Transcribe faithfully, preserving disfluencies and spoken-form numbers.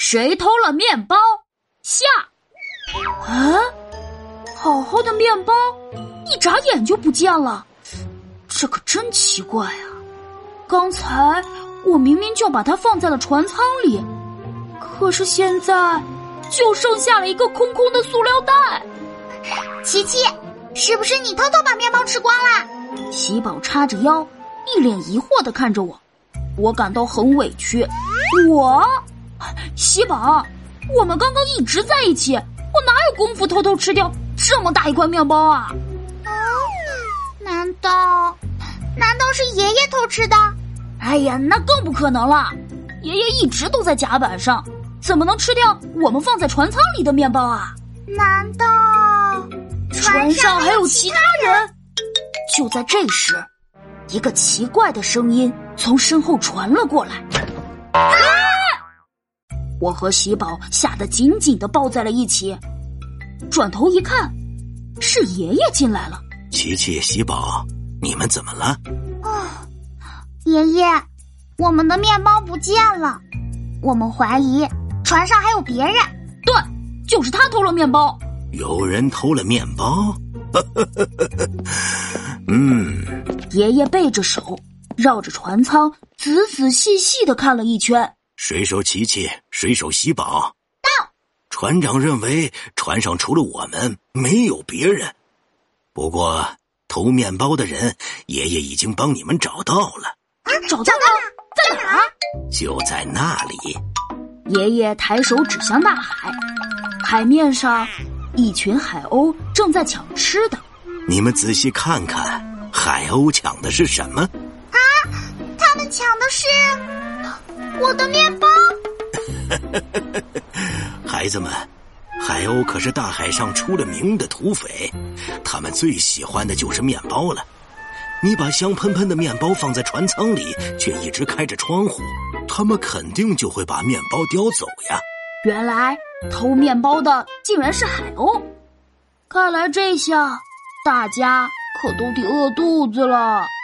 谁偷了面包？下。啊，好好的面包，一眨眼就不见了，这可真奇怪啊！刚才我明明就把它放在了船舱里，可是现在就剩下了一个空空的塑料袋。 琪琪，是不是你偷偷把面包吃光了？ 喜宝叉着腰，一脸疑惑地看着我，我感到很委屈。我，喜宝，我们刚刚一直在一起，我哪有功夫偷偷吃掉这么大一块面包啊？ 啊，难道难道是爷爷偷吃的？ 哎呀，那更不可能了！爷爷一直都在甲板上，怎么能吃掉我们放在船舱里的面包啊？ 难道船上还有其他人？就在这时，一个奇怪的声音从身后传了过来。啊！我和喜宝吓得紧紧地抱在了一起，转头一看，是爷爷进来了。 琪琪、喜宝，你们怎么了？ 啊，爷爷，我们的面包不见了，我们怀疑船上还有别人。 对，就是他偷了面包。 有人偷了面包？嗯， 爷爷背着手，绕着船舱仔仔细细地看了一圈。 水手琪琪，水手喜宝， 到。 船长认为船上除了我们没有别人，不过偷面包的人爷爷已经帮你们找到了。 啊，找到了？在哪儿？ 就在那里。 爷爷抬手指向大海，海面上一群海鸥正在抢吃的。 你们仔细看看，海鸥抢的是什么？ 啊，他们抢的是我的面包。 孩子们，海鸥可是大海上出了名的土匪，他们最喜欢的就是面包了。你把香喷喷的面包放在船舱里，却一直开着窗户，他们肯定就会把面包叼走呀。 原来偷面包的竟然是海鸥，看来这下大家可都得饿肚子了。